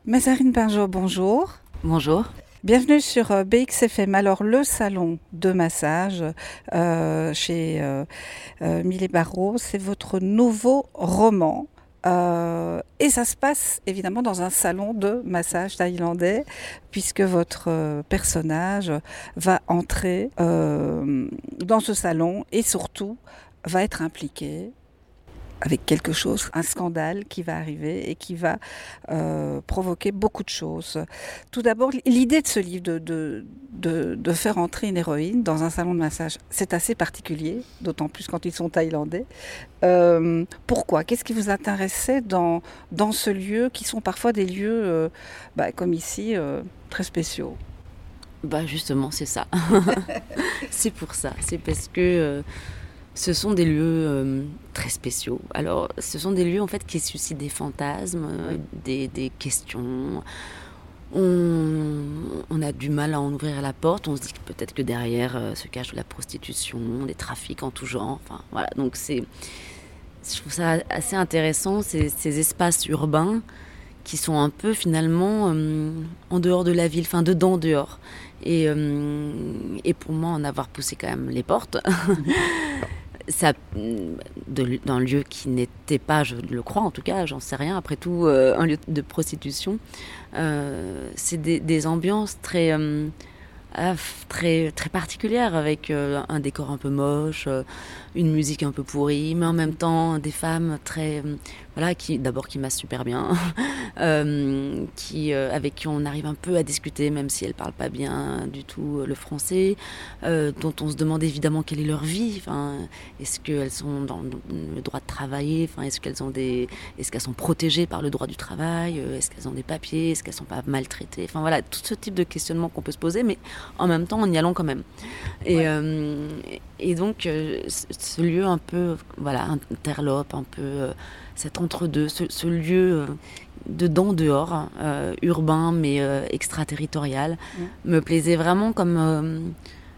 Mazarine Pinjot, bonjour. Bonjour. Bienvenue sur BXFM. Alors, le salon de massage chez Millet Barreau, c'est votre nouveau roman. Et ça se passe évidemment dans un salon de massage thaïlandais, puisque votre personnage va entrer dans ce salon et surtout va être impliqué avec quelque chose, un scandale qui va arriver et qui va provoquer beaucoup de choses. Tout d'abord, l'idée de ce livre de faire entrer une héroïne dans un salon de massage, c'est assez particulier, d'autant plus quand ils sont thaïlandais. Pourquoi ? Qu'est-ce qui vous intéressait dans ce lieu, qui sont parfois des lieux, comme ici, très spéciaux ? Justement, c'est ça. C'est pour ça. C'est parce que ce sont des lieux très spéciaux. Alors, ce sont des lieux en fait qui suscitent des fantasmes, des questions. On a du mal à en ouvrir la porte. On se dit que peut-être que derrière se cache de la prostitution, des trafics en tout genre. Enfin, voilà. Donc, je trouve ça assez intéressant, ces espaces urbains qui sont un peu finalement en dehors de la ville, enfin dedans, dehors. Et pour moi, en avoir poussé quand même les portes, d'un lieu qui n'était pas, je le crois en tout cas, j'en sais rien, après tout, un lieu de prostitution, c'est des ambiances très très particulières, avec un décor un peu moche, une musique un peu pourrie, mais en même temps des femmes très qui massent super bien, avec qui on arrive un peu à discuter, même si elles parlent pas bien du tout le français, dont on se demande évidemment quelle est leur vie. Est-ce qu'elles sont dans le droit de travailler, est-ce qu'elles sont protégées par le droit du travail, est-ce qu'elles ont des papiers, est-ce qu'elles sont pas maltraitées, tout ce type de questionnement qu'on peut se poser, mais en même temps en y allant quand même. Et donc ce lieu un peu interlope, un peu cet entre-deux, ce lieu dedans, dehors, urbain mais extraterritorial, me plaisait vraiment comme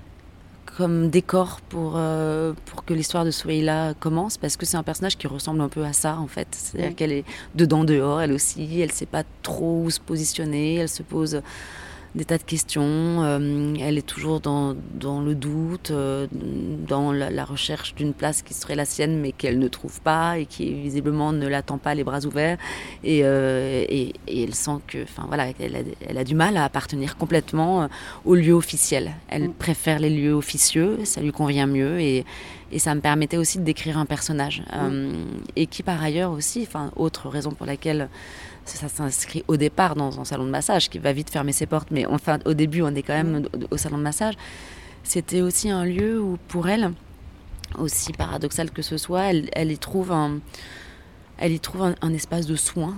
décor pour que l'histoire de Souheila commence, parce que c'est un personnage qui ressemble un peu à ça en fait. C'est-à-dire qu'elle est dedans, dehors, elle aussi, elle sait pas trop où se positionner, elle se pose des tas de questions, elle est toujours dans le doute, dans la recherche d'une place qui serait la sienne mais qu'elle ne trouve pas et qui visiblement ne l'attend pas les bras ouverts, et elle sent que elle a du mal à appartenir complètement au lieu officiel. Elle préfère les lieux officieux, ça lui convient mieux, et ça me permettait aussi de décrire un personnage et qui par ailleurs aussi, autre raison pour laquelle ça s'inscrit au départ dans un salon de massage qui va vite fermer ses portes, mais au début on est quand même au salon de massage. C'était aussi un lieu où pour elle, aussi paradoxal que ce soit, elle y trouve un espace de soins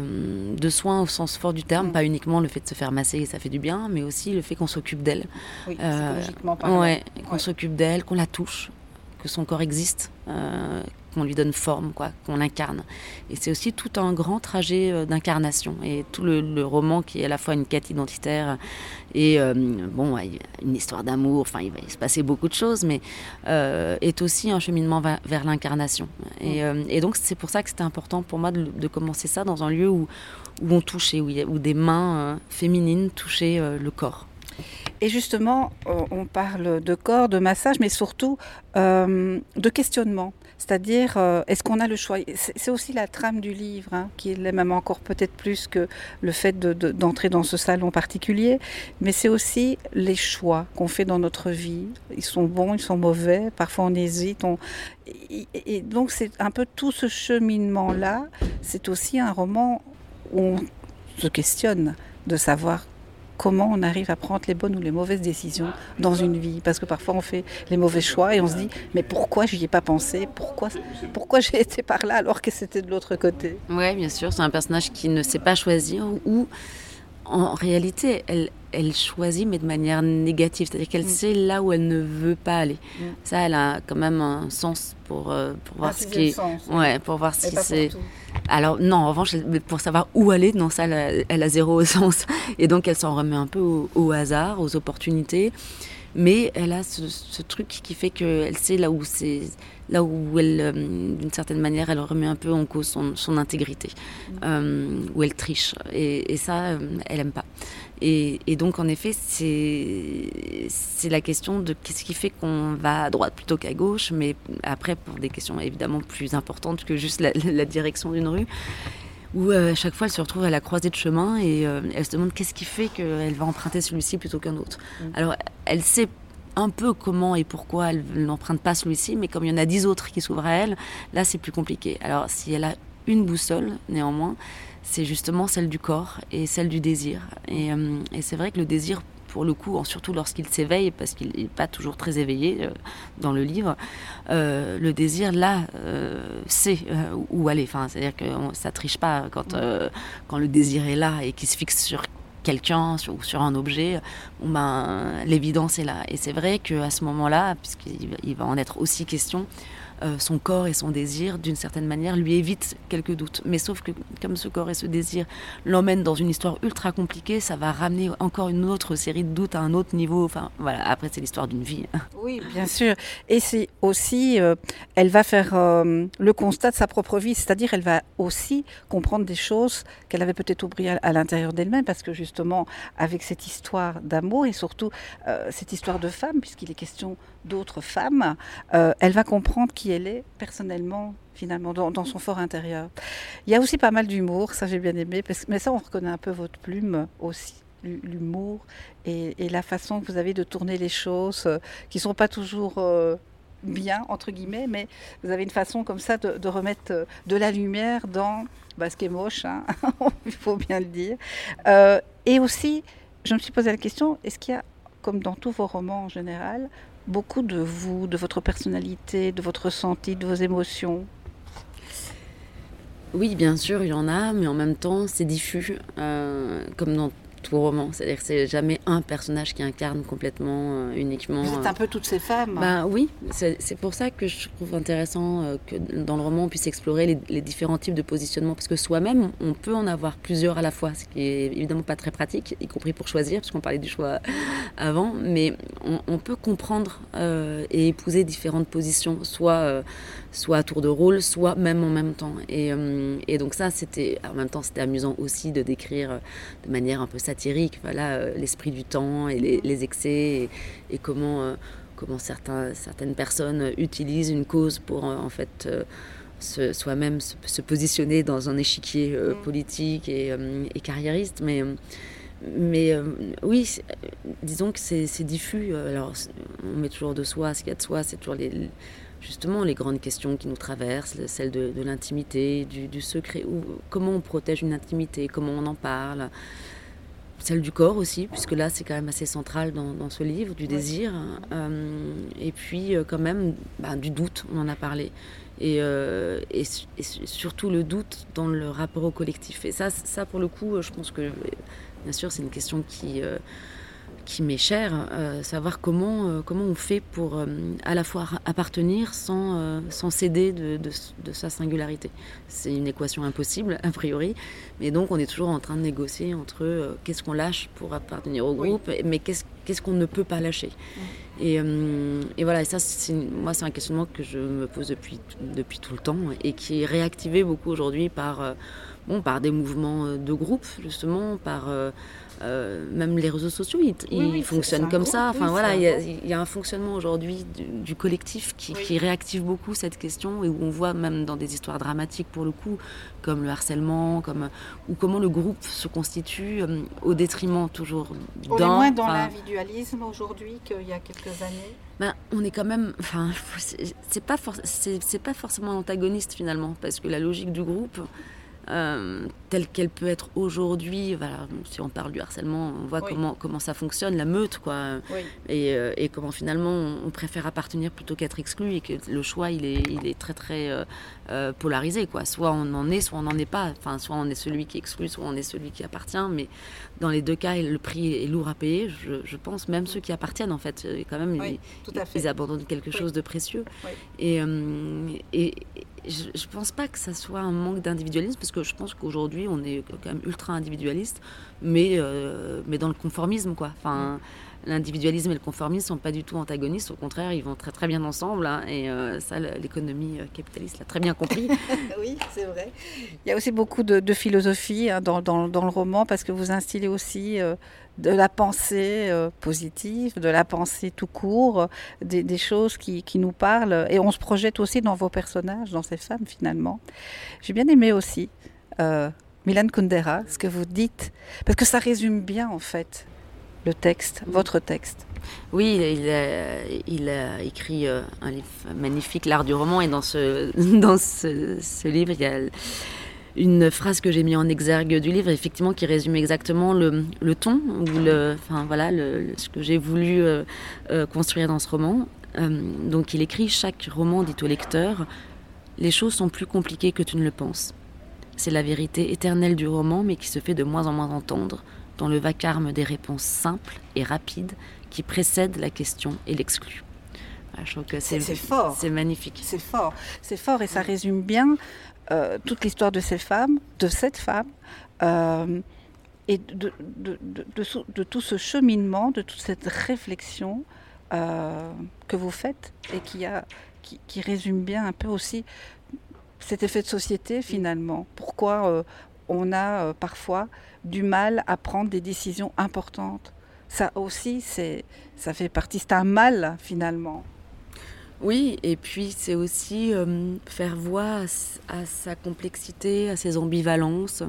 au sens fort du terme, pas uniquement le fait de se faire masser, ça fait du bien, mais aussi le fait qu'on s'occupe d'elle. Oui, psychologiquement parlant. Qu'on s'occupe d'elle, qu'on la touche, que son corps existe, qu'on lui donne forme, qu'on l'incarne. Et c'est aussi tout un grand trajet d'incarnation. Et tout le roman, qui est à la fois une quête identitaire et une histoire d'amour, il va y se passer beaucoup de choses, mais est aussi un cheminement vers l'incarnation. Et donc c'est pour ça que c'était important pour moi de commencer ça dans un lieu où on touchait, où des mains féminines touchaient le corps. Et justement, on parle de corps, de massage, mais surtout de questionnement. C'est-à-dire, est-ce qu'on a le choix ? C'est aussi la trame du livre, qui l'est même encore peut-être plus que le fait d'entrer dans ce salon particulier. Mais c'est aussi les choix qu'on fait dans notre vie. Ils sont bons, ils sont mauvais. Parfois, on hésite. Et donc, c'est un peu tout ce cheminement-là. C'est aussi un roman où on se questionne de savoir comment on arrive à prendre les bonnes ou les mauvaises décisions dans une vie. Parce que parfois on fait les mauvais choix et on se dit mais pourquoi je n'y ai pas pensé, pourquoi j'ai été par là alors que c'était de l'autre côté. Oui, bien sûr, c'est un personnage qui ne sait pas choisir, ou en réalité elle choisit mais de manière négative, c'est-à-dire qu'elle sait là où elle ne veut pas aller. Ça, elle a quand même un sens pour voir ce qui est... pour voir si c'est... Alors non, en revanche, pour savoir où aller, non, ça, elle a zéro sens. Et donc elle s'en remet un peu au hasard, aux opportunités. Mais elle a ce truc qui fait qu'elle sait là où elle, d'une certaine manière, elle remet un peu en cause son intégrité, où elle triche. Et ça, elle aime pas. Et donc, en effet, c'est la question de qu'est-ce qui fait qu'on va à droite plutôt qu'à gauche, mais après, pour des questions évidemment plus importantes que juste la direction d'une rue, où à chaque fois, elle se retrouve à la croisée de chemin et elle se demande qu'est-ce qui fait qu'elle va emprunter celui-ci plutôt qu'un autre. Alors, elle sait un peu comment et pourquoi elle n'emprunte pas celui-ci, mais comme il y en a 10 autres qui s'ouvrent à elle, là, c'est plus compliqué. Alors, si elle a une boussole, néanmoins, c'est justement celle du corps et celle du désir. Et c'est vrai que le désir, pour le coup, surtout lorsqu'il s'éveille, parce qu'il n'est pas toujours très éveillé dans le livre, le désir, là, sait où aller. Enfin, c'est-à-dire que ça ne triche pas quand le désir est là et qu'il se fixe sur quelqu'un ou sur un objet, l'évidence est là. Et c'est vrai qu'à ce moment-là, puisqu'il va en être aussi question, son corps et son désir, d'une certaine manière, lui évite quelques doutes. Mais sauf que, comme ce corps et ce désir l'emmènent dans une histoire ultra compliquée, ça va ramener encore une autre série de doutes à un autre niveau. Enfin, voilà, après, c'est l'histoire d'une vie. Oui, bien sûr. Et c'est aussi, elle va faire le constat de sa propre vie, c'est-à-dire elle va aussi comprendre des choses qu'elle avait peut-être oubliées à l'intérieur d'elle-même, parce que justement, avec cette histoire d'amour et surtout cette histoire de femme, puisqu'il est question d'autres femmes, elle va comprendre qui elle est personnellement, finalement, dans son fort intérieur. Il y a aussi pas mal d'humour, ça j'ai bien aimé, mais ça on reconnaît un peu votre plume aussi, l'humour et la façon que vous avez de tourner les choses qui ne sont pas toujours bien, entre guillemets, mais vous avez une façon comme ça de remettre de la lumière dans ce qui est moche, hein, il faut bien le dire. Et aussi, je me suis posé la question, est-ce qu'il y a, comme dans tous vos romans en général, beaucoup de vous, de votre personnalité, de votre ressenti, de vos émotions? Oui, bien sûr, il y en a, mais en même temps, c'est diffus, comme dans tout roman. C'est-à-dire que c'est jamais un personnage qui incarne complètement, uniquement. Vous êtes un peu toutes ces femmes. Oui, c'est pour ça que je trouve intéressant que dans le roman, on puisse explorer les différents types de positionnement. Parce que soi-même, on peut en avoir plusieurs à la fois, ce qui est évidemment pas très pratique, y compris pour choisir, parce qu'on parlait du choix avant. Mais on peut comprendre et épouser différentes positions, soit à tour de rôle, soit même en même temps. Et donc ça, en même temps, c'était amusant aussi de décrire de manière un peu satirique, l'esprit du temps et les excès et comment certaines personnes utilisent une cause pour en fait soi-même se positionner dans un échiquier politique et carriériste. Mais oui, disons que c'est diffus. Alors, on met toujours de soi ce qu'il y a de soi, c'est toujours justement les grandes questions qui nous traversent, celle de l'intimité, du secret, comment on protège une intimité, comment on en parle. Celle du corps aussi, puisque là c'est quand même assez central dans ce livre, du désir. Et puis quand même du doute, on en a parlé. Et surtout le doute dans le rapport au collectif. Et ça pour le coup, je pense que, bien sûr, c'est une question qui m'est chère, savoir comment on fait pour à la fois appartenir sans céder de sa singularité. C'est une équation impossible, a priori, mais donc on est toujours en train de négocier entre qu'est-ce qu'on lâche pour appartenir au groupe, mais qu'est-ce qu'on ne peut pas lâcher. Et voilà, et ça, moi, c'est un questionnement que je me pose depuis tout le temps et qui est réactivé beaucoup aujourd'hui par des mouvements de groupe, justement, par même les réseaux sociaux, ils fonctionnent comme ça. Enfin voilà, il y a un fonctionnement aujourd'hui du collectif qui réactive beaucoup cette question et où on voit même dans des histoires dramatiques pour le coup, comme le harcèlement, ou comment le groupe se constitue au détriment toujours on est moins dans l'individualisme aujourd'hui qu'il y a quelques années. On est quand même, c'est pas forcément antagoniste finalement, parce que la logique du groupe, telle qu'elle peut être aujourd'hui, si on parle du harcèlement, on voit comment ça fonctionne, la meute, quoi. Et comment finalement on préfère appartenir plutôt qu'être exclu, et que le choix il est très très polarisé, quoi. Soit on en est, soit on n'en est pas. Enfin, soit on est celui qui exclut, soit on est celui qui appartient. Mais dans les deux cas, le prix est lourd à payer. Je pense même ceux qui appartiennent, en fait, quand même, ils abandonnent quelque chose de précieux. Et je pense pas que ça soit un manque d'individualisme, parce que je pense qu'aujourd'hui, on est quand même ultra individualiste, mais dans le conformisme, quoi. Enfin, l'individualisme et le conformisme sont pas du tout antagonistes, au contraire, ils vont très très bien ensemble, hein, et ça, l'économie capitaliste l'a très bien compris. Oui, c'est vrai. Il y a aussi beaucoup de philosophie dans le roman parce que vous instillez aussi de la pensée positive, de la pensée tout court, des choses qui nous parlent. Et on se projette aussi dans vos personnages, dans ces femmes finalement. J'ai bien aimé aussi Milan Kundera, ce que vous dites, parce que ça résume bien en fait le texte, votre texte. Oui, il a écrit un livre magnifique, L'art du roman, et dans ce livre, il y a une phrase que j'ai mis en exergue du livre, effectivement, qui résume exactement le ton, ou enfin, voilà, ce que j'ai voulu construire dans ce roman. Donc il écrit: chaque roman dit au lecteur: les choses sont plus compliquées que tu ne le penses. C'est la vérité éternelle du roman, mais qui se fait de moins en moins entendre, dans le vacarme des réponses simples et rapides qui précèdent la question et l'excluent. Voilà, je trouve que c'est fort. C'est magnifique. C'est fort et ça résume bien toute l'histoire de ces femmes, de cette femme, et de tout ce cheminement, de toute cette réflexion que vous faites et qui résume bien un peu aussi cet effet de société finalement. Pourquoi on a parfois du mal à prendre des décisions importantes. Ça aussi, ça fait partie, c'est un mal finalement. Oui, et puis c'est aussi faire voix à sa complexité, à ses ambivalences,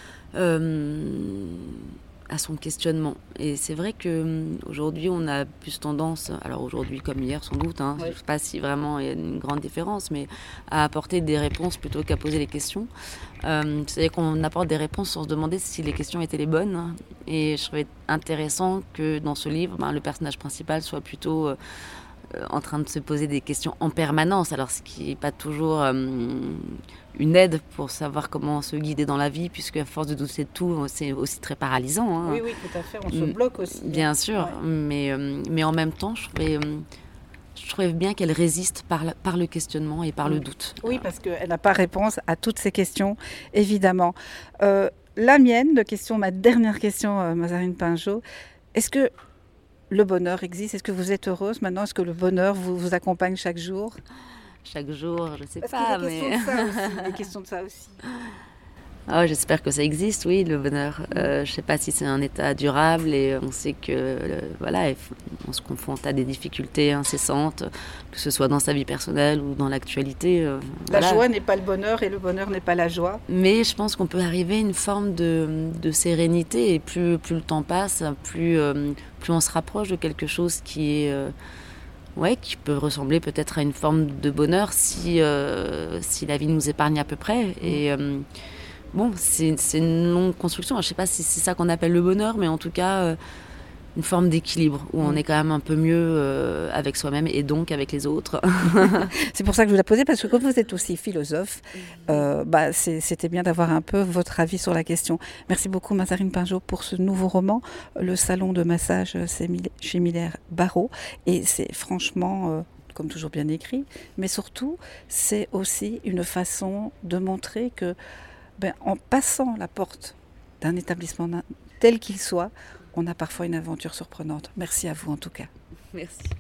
à son questionnement. Et c'est vrai qu'aujourd'hui, on a plus tendance, alors aujourd'hui comme hier sans doute, hein, oui. Je ne sais pas si vraiment il y a une grande différence, mais à apporter des réponses plutôt qu'à poser les questions. C'est-à-dire qu'on apporte des réponses sans se demander si les questions étaient les bonnes. Et je trouvais intéressant que dans ce livre, le personnage principal soit plutôt en train de se poser des questions en permanence, alors ce qui n'est pas toujours une aide pour savoir comment se guider dans la vie, puisque à force de douter de tout, c'est aussi très paralysant. Hein. Oui, oui, tout à fait, on se bloque aussi. Bien sûr, ouais. Mais en même temps, je trouvais bien qu'elle résiste par le questionnement et par le doute. Oui, parce qu'elle n'a pas réponse à toutes ces questions, évidemment. La mienne, ma dernière question, Mazarine Pinjot, est-ce que le bonheur existe? Est-ce que vous êtes heureuse maintenant? Est-ce que le bonheur vous accompagne chaque jour? Chaque jour, je ne sais parce pas, mais... des questions de ça aussi. Oh, j'espère que ça existe, oui, le bonheur. Je ne sais pas si c'est un état durable, et on sait que voilà, on se confronte à des difficultés incessantes, que ce soit dans sa vie personnelle ou dans l'actualité. La joie n'est pas le bonheur et le bonheur n'est pas la joie. Mais je pense qu'on peut arriver à une forme de sérénité, et plus le temps passe, plus on se rapproche de quelque chose qui est... qui peut ressembler peut-être à une forme de bonheur si la vie nous épargne à peu près. Et bon, c'est une longue construction. Je ne sais pas si c'est ça qu'on appelle le bonheur, mais en tout cas, une forme d'équilibre où on est quand même un peu mieux avec soi-même et donc avec les autres. C'est pour ça que je vous la posais, parce que comme vous êtes aussi philosophe, c'était bien d'avoir un peu votre avis sur la question. Merci beaucoup, Mazarine Pinjot, pour ce nouveau roman. Le salon de massage, c'est chez Miller-Barrault. Et c'est franchement... comme toujours bien écrit, mais surtout, c'est aussi une façon de montrer que, en passant la porte d'un établissement tel qu'il soit, on a parfois une aventure surprenante. Merci à vous en tout cas. Merci.